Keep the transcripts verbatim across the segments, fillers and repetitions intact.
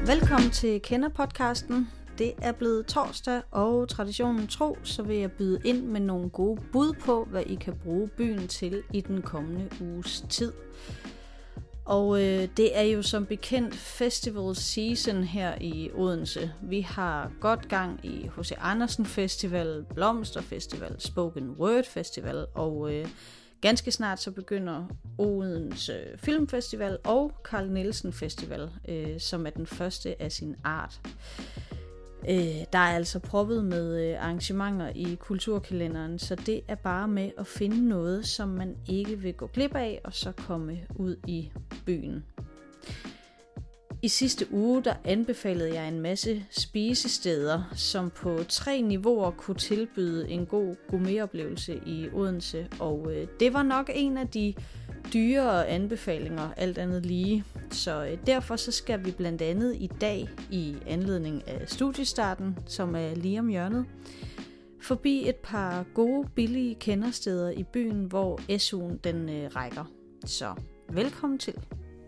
Velkommen til Kender-podcasten. Det er blevet torsdag, og traditionen tro, så vil jeg byde ind med nogle gode bud på, hvad I kan bruge byen til i den kommende uges tid. Og øh, det er jo som bekendt festival season her i Odense. Vi har godt gang i H C Andersen Festival, Blomsterfestival, Spoken Word Festival, og øh, ganske snart så begynder Odense Filmfestival og Carl Nielsen Festival, øh, som er den første af sin art. Øh, der er altså proppet med øh, arrangementer i kulturkalenderen, så det er bare med at finde noget, som man ikke vil gå glip af, og så komme ud i byen. I sidste uge der anbefalede jeg en masse spisesteder, som på tre niveauer kunne tilbyde en god gourmetoplevelse i Odense, og øh, det var nok en af de dyrere anbefalinger, alt andet lige. Så øh, derfor så skal vi blandt andet i dag, i anledning af studiestarten, som er lige om hjørnet, forbi et par gode, billige kendersteder i byen, hvor S U'en den øh, rækker. Så velkommen til.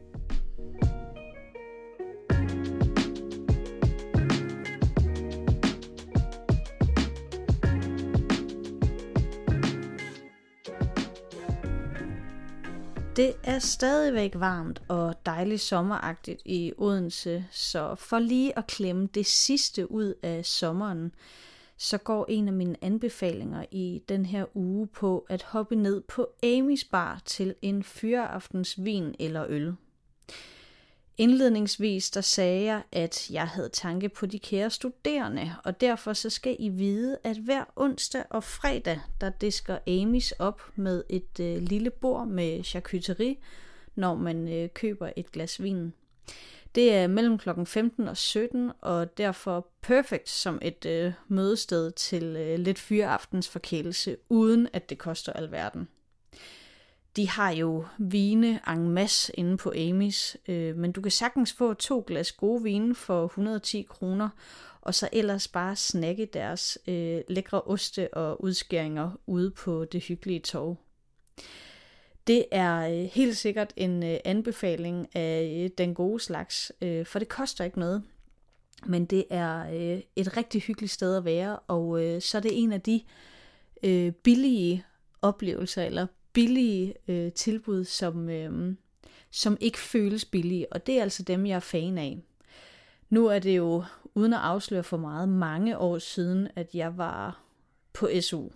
Det er stadigvæk varmt og dejligt sommeragtigt i Odense, så for lige at klemme det sidste ud af sommeren, så går en af mine anbefalinger i den her uge på at hoppe ned på Amys Bar til en fyraftens vin eller øl. Indledningsvis der sagde jeg, at jeg havde tanke på de kære studerende, og derfor så skal I vide, at hver onsdag og fredag, der disker Amys op med et øh, lille bord med charcuterie, når man øh, køber et glas vin. Det er mellem klokken femten og sytten, og derfor perfekt som et øh, mødested til øh, lidt fyraftens forkælelse, uden at det koster alverden. De har jo vine en masse inde på Amys, øh, men du kan sagtens få to glas gode vine for et hundrede og ti kroner, og så ellers bare snakke deres øh, lækre oste og udskæringer ude på det hyggelige torv. Det er øh, helt sikkert en øh, anbefaling af øh, den gode slags, øh, for det koster ikke noget, men det er øh, et rigtig hyggeligt sted at være, og øh, så er det en af de øh, billige oplevelser, eller billige øh, tilbud, som, øh, som ikke føles billige, og det er altså dem, jeg er fan af. Nu er det jo, uden at afsløre for meget, mange år siden, at jeg var på S U.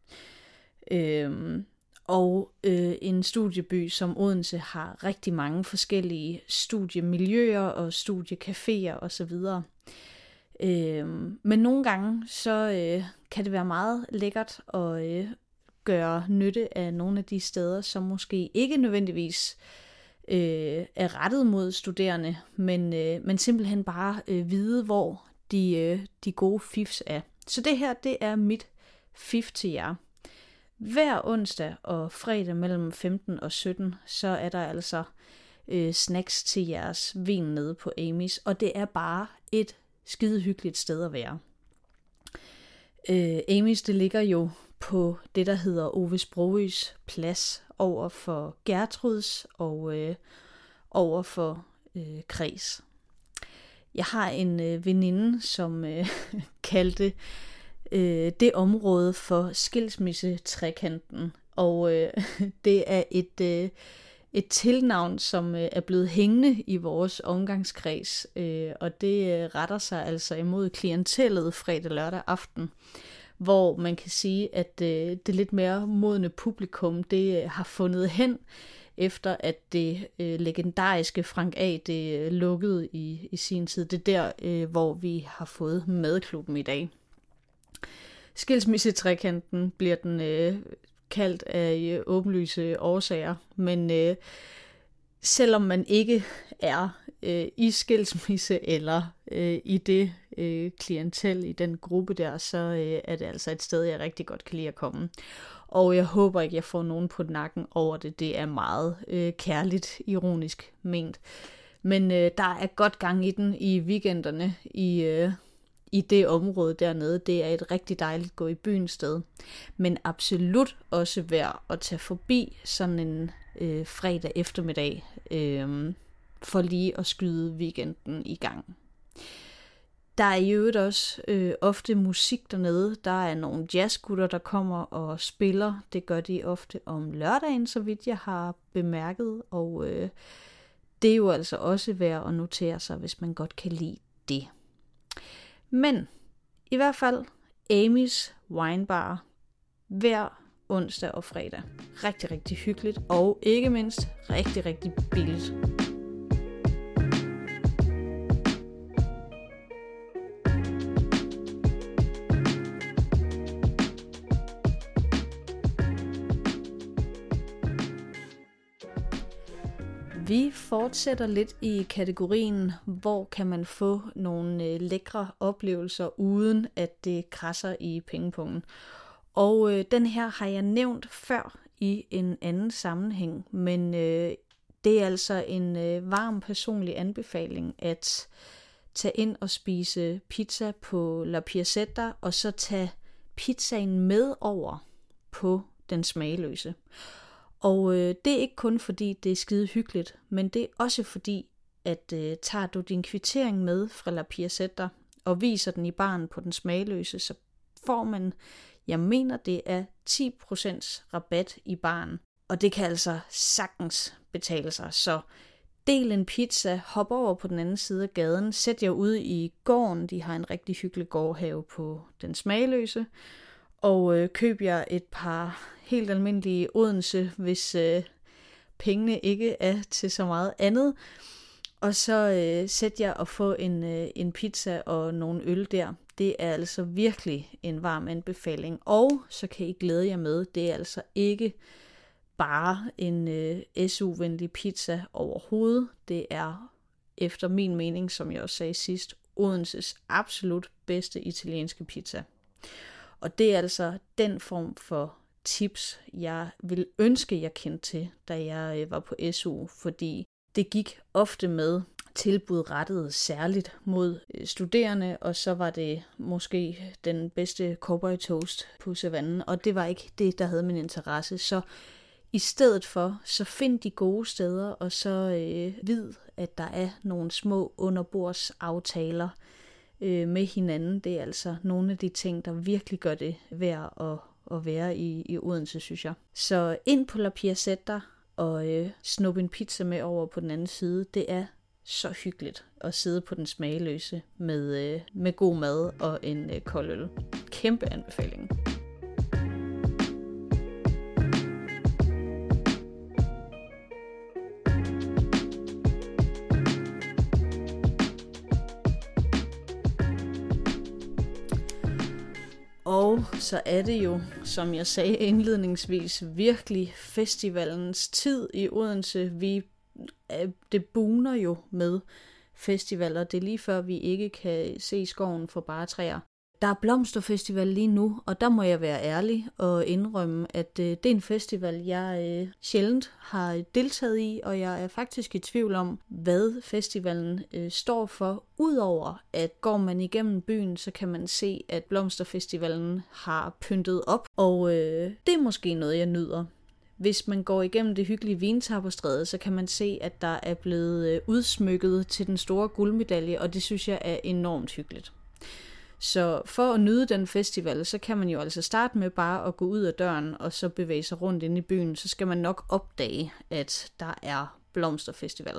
Øhm, og øh, en studieby som Odense har rigtig mange forskellige studiemiljøer og studiecaféer osv. Øhm, men nogle gange, så øh, kan det være meget lækkert at øh, gøre nytte af nogle af de steder, som måske ikke nødvendigvis øh, er rettet mod studerende, men, øh, men simpelthen bare øh, vide, hvor de, øh, de gode fifs er. Så det her, det er mit fif til jer. Hver onsdag og fredag mellem femten og sytten, så er der altså øh, snacks til jeres vin nede på Amys, og det er bare et skide hyggeligt sted at være. Øh, Amys, det ligger jo på det, der hedder Ove Sprogøes plads over for Gertruds og øh, over for øh, Kreds. Jeg har en øh, veninde, som øh, kaldte øh, det område for skilsmissetrekanten, og øh, det er et, øh, et tilnavn, som øh, er blevet hængende i vores omgangskreds, øh, og det øh, retter sig altså imod klientellet fredag lørdag aften, hvor man kan sige, at øh, det lidt mere modne publikum, det øh, har fundet hen, efter at det øh, legendariske Frank A, det øh, lukkede i, i sin tid. Det er der, øh, hvor vi har fået madklubben i dag. Skilsmissetrekanten bliver den øh, kaldt af øh, åbenlyse årsager, men øh, selvom man ikke er øh, i skilsmisse eller øh, i det øh, klientel, i den gruppe der, så øh, er det altså et sted, jeg rigtig godt kan lide at komme. Og jeg håber ikke, jeg får nogen på nakken over det. Det er meget øh, kærligt, ironisk ment. Men øh, der er godt gang i den i weekenderne i, øh, i det område dernede. Det er et rigtig dejligt gå i byen sted. Men absolut også værd at tage forbi sådan en øh, fredag eftermiddag, øh, for lige at skyde weekenden i gang. Der er i øvrigt også øh, ofte musik dernede. Der er nogle jazzgutter, der kommer og spiller. Det gør de ofte om lørdagen, så vidt jeg har bemærket. Og øh, det er jo altså også værd at notere sig, hvis man godt kan lide det. Men i hvert fald Amy's Wine Bar hver onsdag og fredag. Rigtig, rigtig hyggeligt og ikke mindst rigtig, rigtig billigt. Vi fortsætter lidt i kategorien, hvor kan man få nogle øh, lækre oplevelser, uden at det krasser i pengepungen. Og øh, den her har jeg nævnt før i en anden sammenhæng, men øh, det er altså en øh, varm personlig anbefaling at tage ind og spise pizza på La Piazzetta, og så tage pizzaen med over på Den Smagløse. Og øh, det er ikke kun fordi det er skide hyggeligt, men det er også fordi, at øh, tager du din kvittering med fra La Piazzetta og viser den i baren på Den Smagløse, så får man, jeg mener det er ti procent rabat i baren. Og det kan altså sagtens betale sig, så del en pizza, hop over på den anden side af gaden, sæt jer ude i gården, de har en rigtig hyggelig gårdhave på Den Smagløse, og øh, køb jer et par helt almindelige Odense, hvis øh, pengene ikke er til så meget andet. Og så øh, sæt jer og få en, øh, en pizza og nogle øl der. Det er altså virkelig en varm anbefaling. Og så kan I glæde jer med, det er altså ikke bare en øh, S U-venlig pizza overhovedet. Det er efter min mening, som jeg også sagde sidst, Odenses absolut bedste italienske pizza. Og det er altså den form for tips, jeg ville ønske, jeg kendte til, da jeg var på S U, fordi det gik ofte med tilbud rettet særligt mod studerende, og så var det måske den bedste cowboy toast på savannen, og det var ikke det, der havde min interesse. Så i stedet for, så find de gode steder, og så øh, vid, at der er nogle små underbordsaftaler øh, med hinanden. Det er altså nogle af de ting, der virkelig gør det værd at at være i, i Odense, synes jeg. Så ind på La Piazzetta og øh, snuppe en pizza med over på den anden side. Det er så hyggeligt at sidde på Den Smagløse med, øh, med god mad og en øh, kold øl. Kæmpe anbefaling. Og så er det jo, som jeg sagde indledningsvis, virkelig festivalens tid i Odense. Vi, det buner jo med festivaler. Det er lige før, vi ikke kan se skoven for bare træer. Der er blomsterfestival lige nu, og der må jeg være ærlig og indrømme, at øh, det er en festival, jeg øh, sjældent har deltaget i, og jeg er faktisk i tvivl om, hvad festivalen øh, står for. Udover at går man igennem byen, så kan man se, at blomsterfestivalen har pyntet op, og øh, det er måske noget, jeg nyder. Hvis man går igennem det hyggelige Vintapperstræde, så kan man se, at der er blevet øh, udsmykket til den store guldmedalje, og det synes jeg er enormt hyggeligt. Så for at nyde den festival, så kan man jo altså starte med bare at gå ud af døren, og så bevæge sig rundt inde i byen, så skal man nok opdage, at der er blomsterfestival.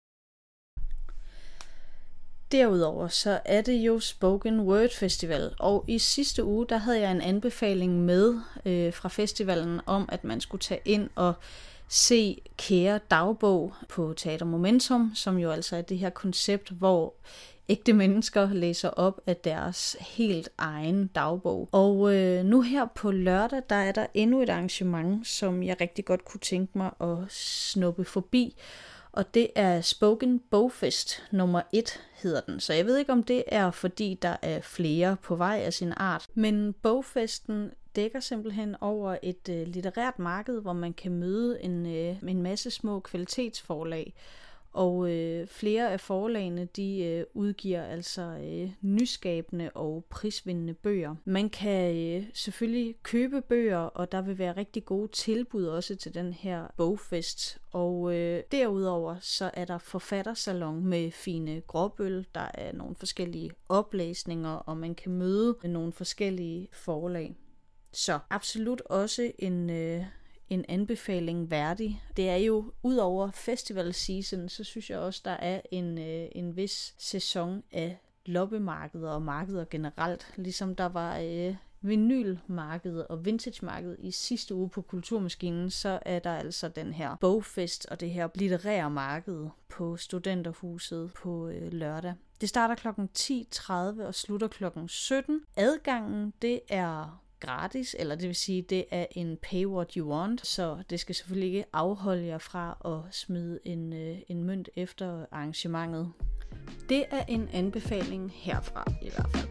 Derudover så er det jo Spoken Word Festival, og i sidste uge, der havde jeg en anbefaling med øh, fra festivalen om, at man skulle tage ind og se Kære Dagbog på Teater Momentum, som jo altså er det her koncept, hvor ægte mennesker læser op af deres helt egen dagbog. Og øh, nu her på lørdag, der er der endnu et arrangement, som jeg rigtig godt kunne tænke mig at snuppe forbi. Og det er Spoken Bogfest nummer et hedder den. Så jeg ved ikke, om det er, fordi der er flere på vej af sin art. Men bogfesten dækker simpelthen over et øh, litterært marked, hvor man kan møde en, øh, en masse små kvalitetsforlag. Og øh, flere af forlagene, de øh, udgiver altså øh, nyskabende og prisvindende bøger. Man kan øh, selvfølgelig købe bøger, og der vil være rigtig gode tilbud også til den her bogfest. Og øh, derudover så er der forfattersalon med fine gråbøl. Der er nogle forskellige oplæsninger, og man kan møde nogle forskellige forlag. Så absolut også en... Øh, en anbefaling værdig. Det er jo, ud over festival season, så synes jeg også, der er en, øh, en vis sæson af loppemarkeder og markeder generelt. Ligesom der var øh, vinylmarkedet og vintagemarkedet i sidste uge på Kulturmaskinen, så er der altså den her bogfest og det her litterære marked på Studenterhuset på øh, lørdag. Det starter klokken ti tredive og slutter klokken sytten. Adgangen, det er gratis, eller det vil sige, det er en pay what you want, så det skal selvfølgelig ikke afholde jer fra at smide en, øh, en mønt efter arrangementet. Det er en anbefaling herfra i hvert fald.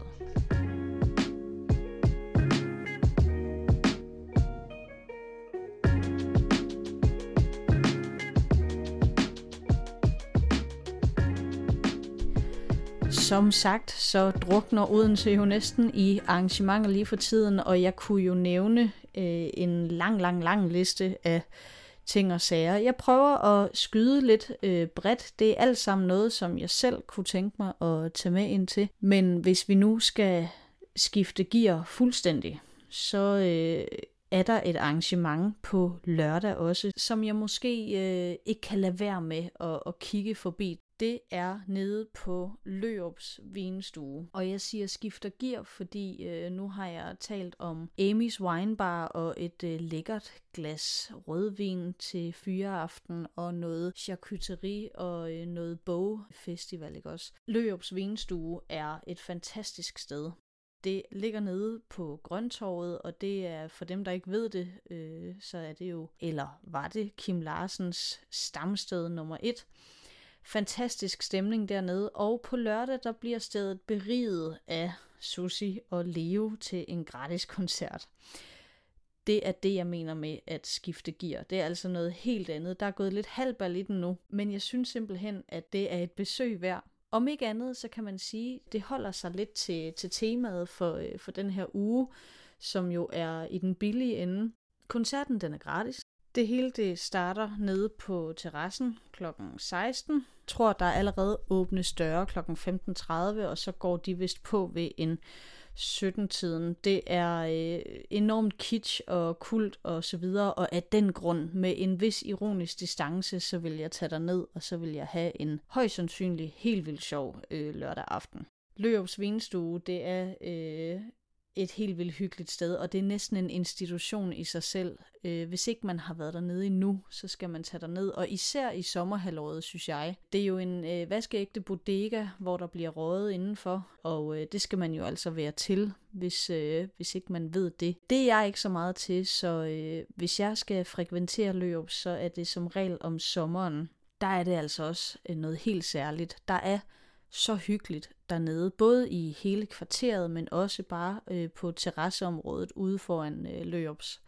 Som sagt, så drukner Odense jo næsten i arrangementer lige for tiden, og jeg kunne jo nævne øh, en lang, lang, lang liste af ting og sager. Jeg prøver at skyde lidt øh, bredt. Det er alt sammen noget, som jeg selv kunne tænke mig at tage med ind til. Men hvis vi nu skal skifte gear fuldstændig, så øh, er der et arrangement på lørdag også, som jeg måske øh, ikke kan lade være med at, at kigge forbi. Det er nede på Lørups Vinstue. Og jeg siger skifter gear, fordi øh, nu har jeg talt om Amy's Wine Bar og et øh, lækkert glas rødvin til fyreaften og noget charcuterie og øh, noget bogfestival, ikke også? Lørups Vinstue er et fantastisk sted. Det ligger nede på Grøntorvet, og det er for dem, der ikke ved det, øh, så er det jo, eller var det, Kim Larsens stamsted nummer et. Fantastisk stemning dernede, og på lørdag der bliver stedet beriget af Susie og Leo til en gratis koncert. Det er det, jeg mener med at skifte gear. Det er altså noget helt andet. Der er gået lidt halvbal i den nu, men jeg synes simpelthen, at det er et besøg værd. Om ikke andet, så kan man sige, det holder sig lidt til, til temaet for, for den her uge, som jo er i den billige ende. Koncerten, den er gratis. Det hele det starter nede på terrassen klokken seksten. Jeg tror, der er allerede åbnes døre klokken femten tredive, og så går de vist på ved en sytten-tiden. Det er øh, enormt kitsch og kult og så videre, og af den grund, med en vis ironisk distance, så vil jeg tage ned og så vil jeg have en højst sandsynlig helt vildt sjov øh, lørdag aften. Lørups Vinstue, det er øh, et helt vildt hyggeligt sted, og det er næsten en institution i sig selv. Øh, hvis ikke man har været dernede endnu, så skal man tage derned, og især i sommerhalvåret, synes jeg. Det er jo en øh, vaskeægte bodega, hvor der bliver røget indenfor, og øh, det skal man jo altså være til, hvis, øh, hvis ikke man ved det. Det er jeg ikke så meget til, så øh, hvis jeg skal frekventere Lørup, så er det som regel om sommeren. Der er det altså også øh, noget helt særligt. Der er så hyggeligt dernede, både i hele kvarteret, men også bare øh, på terrasseområdet ude foran øh, Lørups.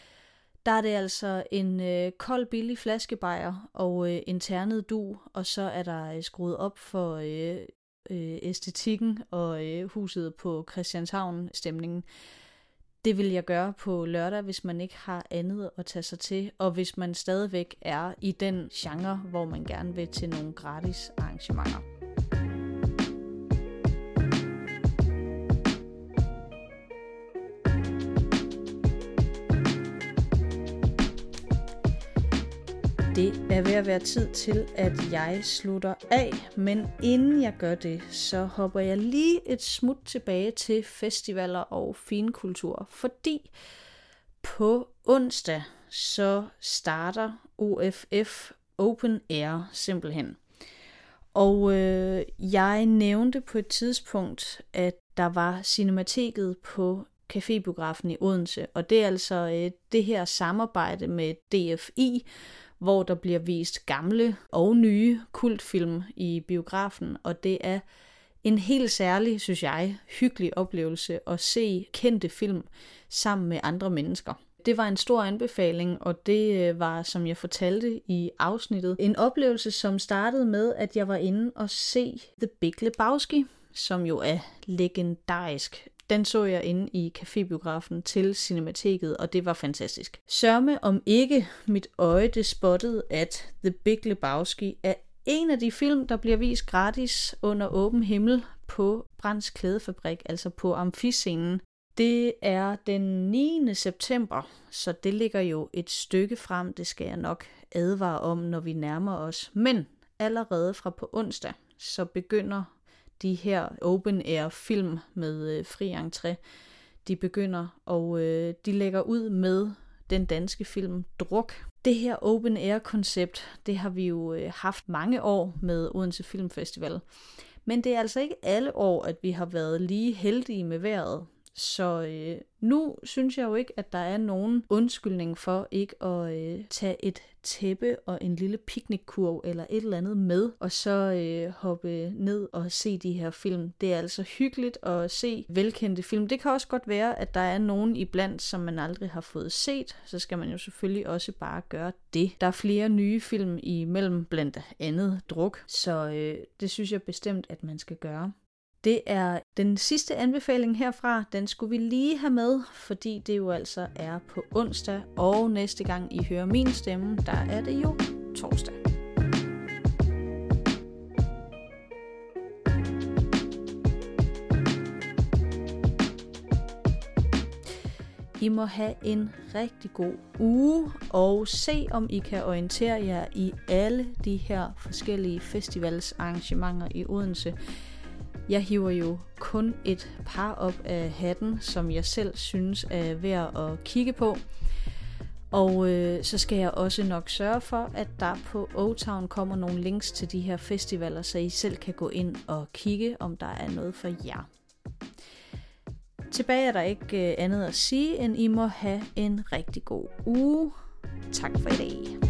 Der er det altså en øh, kold, billig flaskebajer og øh, en ternet dug, og så er der øh, skruet op for øh, øh, æstetikken og øh, huset på Christianshavn-stemningen. Det vil jeg gøre på lørdag, hvis man ikke har andet at tage sig til, og hvis man stadigvæk er i den genre, hvor man gerne vil til nogle gratis arrangementer. Det er ved at være tid til, at jeg slutter af, men inden jeg gør det, så hopper jeg lige et smut tilbage til festivaler og finkultur, fordi på onsdag så starter O F F Open Air simpelthen. Og øh, jeg nævnte på et tidspunkt, at der var Cinemateket på Cafébiografen i Odense, og det er altså øh, det her samarbejde med D F I, hvor der bliver vist gamle og nye kultfilm i biografen, og det er en helt særlig, synes jeg, hyggelig oplevelse at se kendte film sammen med andre mennesker. Det var en stor anbefaling, og det var, som jeg fortalte i afsnittet, en oplevelse, som startede med, at jeg var inde og se The Big Lebowski, som jo er legendarisk. Den så jeg inde i cafébiografen til Cinemateket, og det var fantastisk. Sørme om ikke mit øje det spottede, at The Big Lebowski er en af de film, der bliver vist gratis under åben himmel på Brands Klædefabrik, altså på amfiscenen. Det er den niende september, så det ligger jo et stykke frem, det skal jeg nok advare om, når vi nærmer os. Men allerede fra på onsdag, så begynder de her open air film med øh, fri entré, de begynder, og øh, de lægger ud med den danske film Druk. Det her open air koncept, det har vi jo øh, haft mange år med Odense Filmfestival. Men det er altså ikke alle år, at vi har været lige heldige med vejret. Så øh, nu synes jeg jo ikke, at der er nogen undskyldning for ikke at øh, tage et tæppe og en lille picnickurv eller et eller andet med, og så øh, hoppe ned og se de her film. Det er altså hyggeligt at se velkendte film. Det kan også godt være, at der er nogen iblandt, som man aldrig har fået set. Så skal man jo selvfølgelig også bare gøre det. Der er flere nye film imellem, blandt andet Druk, så øh, det synes jeg bestemt, at man skal gøre. Det er den sidste anbefaling herfra, den skulle vi lige have med, fordi det jo altså er på onsdag, og næste gang I hører min stemme, der er det jo torsdag. I må have en rigtig god uge, og se om I kan orientere jer i alle de her forskellige festivalsarrangementer i Odense. Jeg hiver jo kun et par op af hatten, som jeg selv synes er værd at kigge på. Og øh, så skal jeg også nok sørge for, at der på O-Town kommer nogle links til de her festivaler, så I selv kan gå ind og kigge, om der er noget for jer. Tilbage er der ikke andet at sige, end I må have en rigtig god uge. Tak for i dag.